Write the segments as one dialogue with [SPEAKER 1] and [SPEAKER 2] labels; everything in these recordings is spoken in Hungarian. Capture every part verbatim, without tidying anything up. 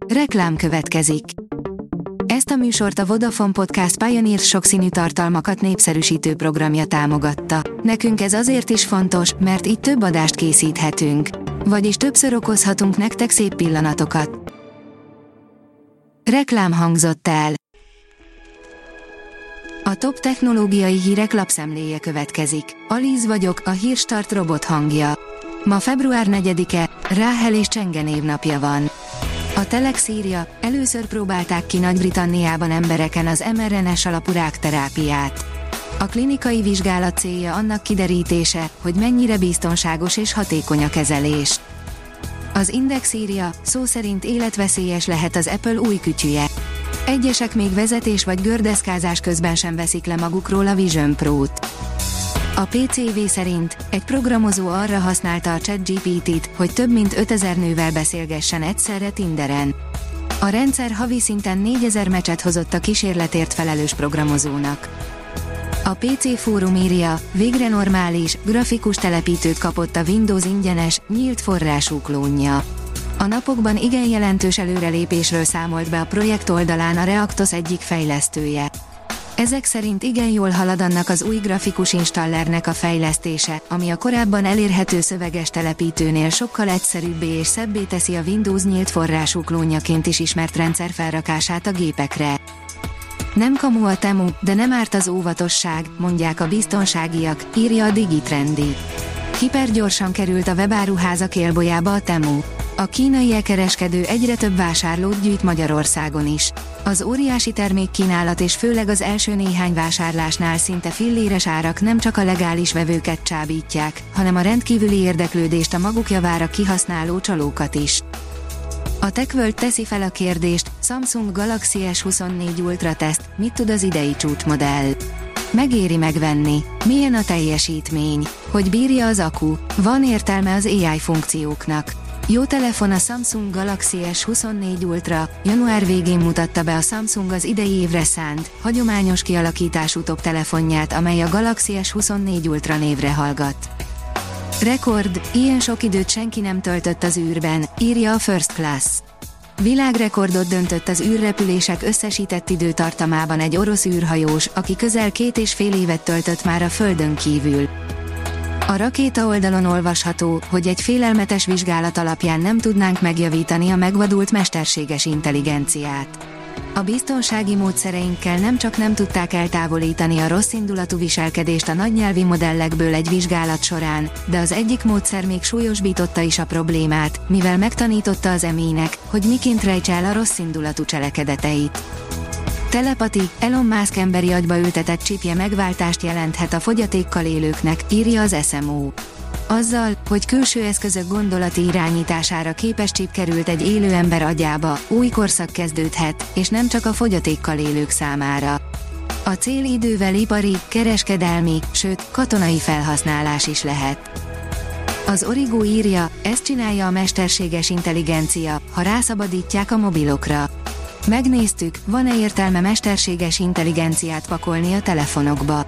[SPEAKER 1] Reklám következik. Ezt a műsort a Vodafone Podcast Pioneer sokszínű tartalmakat népszerűsítő programja támogatta. Nekünk ez azért is fontos, mert így több adást készíthetünk. Vagyis többször okozhatunk nektek szép pillanatokat. Reklám hangzott el. A top technológiai hírek lapszemléje következik. Alíz vagyok, a Hírstart robot hangja. Ma február negyedike, Ráhel és Csenge névnapja van. A Telex írja, először próbálták ki Nagy-Britanniában embereken az em er en es alapú rákterápiát. A klinikai vizsgálat célja annak kiderítése, hogy mennyire biztonságos és hatékony a kezelés. Az Index írja, szó szerint életveszélyes lehet az Apple új kütyüje. Egyesek még vezetés vagy gördeszkázás közben sem veszik le magukról a Vision Pro-t. A pé cé vé szerint egy programozó arra használta a ChatGPT-t, hogy több mint ötezer nővel beszélgessen egyszerre Tinderen. A rendszer havi szinten négyezer meccset hozott a kísérletért felelős programozónak. A pé cé Fórum írja, végre normális, grafikus telepítőt kapott a Windows ingyenes, nyílt forrású klónja. A napokban igen jelentős előrelépésről számolt be a projekt oldalán a Reactos egyik fejlesztője. Ezek szerint igen jól halad annak az új grafikus installernek a fejlesztése, ami a korábban elérhető szöveges telepítőnél sokkal egyszerűbbé és szebbé teszi a Windows nyílt forrású klónjaként is ismert rendszer felrakását a gépekre. Nem kamu a Temu, de nem árt az óvatosság, mondják a biztonságiak, írja a Digitrendi. Hipergyorsan került a webáruházak élbolyába a Temu. A kínai e-kereskedő egyre több vásárlót gyűjt Magyarországon is. Az óriási termékkínálat és főleg az első néhány vásárlásnál szinte filléres árak nem csak a legális vevőket csábítják, hanem a rendkívüli érdeklődést a maguk javára kihasználó csalókat is. A TechWorld teszi fel a kérdést, Samsung Galaxy es huszonnégy Ultra teszt, mit tud az idei csúcsmodell? Megéri megvenni? Milyen a teljesítmény? Hogy bírja az akku? Van értelme az á i funkcióknak? Jó telefon a Samsung Galaxy es huszonnégy Ultra, január végén mutatta be a Samsung az idei évre szánt, hagyományos kialakítású top telefonját, amely a Galaxy es huszonnégy Ultra névre hallgat. Rekord, ilyen sok időt senki nem töltött az űrben, írja a First Class. Világrekordot döntött az űrrepülések összesített időtartamában egy orosz űrhajós, aki közel két és fél évet töltött már a Földön kívül. A rakéta oldalon olvasható, hogy egy félelmetes vizsgálat alapján nem tudnánk megjavítani a megvadult mesterséges intelligenciát. A biztonsági módszereinkkel nem csak nem tudták eltávolítani a rosszindulatú viselkedést a nagynyelvi modellekből egy vizsgálat során, de az egyik módszer még súlyosbította is a problémát, mivel megtanította az emének, hogy miként rejtse el a rosszindulatú cselekedeteit. Telepati, Elon Musk emberi agyba ültetett csipje megváltást jelenthet a fogyatékkal élőknek, írja az es em o. Azzal, hogy külső eszközök gondolati irányítására képes csip került egy élő ember agyába, új korszak kezdődhet, és nem csak a fogyatékkal élők számára. A cél idővel ipari, kereskedelmi, sőt, katonai felhasználás is lehet. Az Origo írja, ezt csinálja a mesterséges intelligencia, ha rászabadítják a mobilokra. Megnéztük, van-e értelme mesterséges intelligenciát pakolni a telefonokba.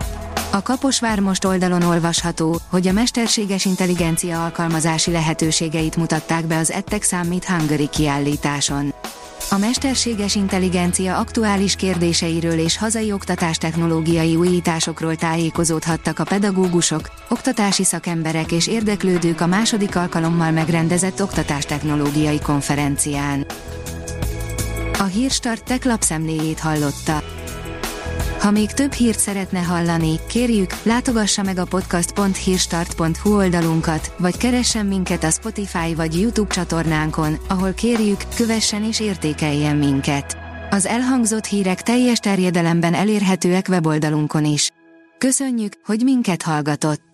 [SPEAKER 1] A Kaposvár Most oldalon olvasható, hogy a mesterséges intelligencia alkalmazási lehetőségeit mutatták be az EdTech Summit Hungary kiállításon. A mesterséges intelligencia aktuális kérdéseiről és hazai oktatástechnológiai újításokról tájékozódhattak a pedagógusok, oktatási szakemberek és érdeklődők a második alkalommal megrendezett oktatástechnológiai konferencián. A Hírstart Tech lapszemléjét hallotta. Ha még több hírt szeretne hallani, kérjük, látogassa meg a podcast pont hírstart pont hu oldalunkat, vagy keressen minket a Spotify vagy YouTube csatornánkon, ahol kérjük, kövessen és értékeljen minket. Az elhangzott hírek teljes terjedelemben elérhetőek weboldalunkon is. Köszönjük, hogy minket hallgatott!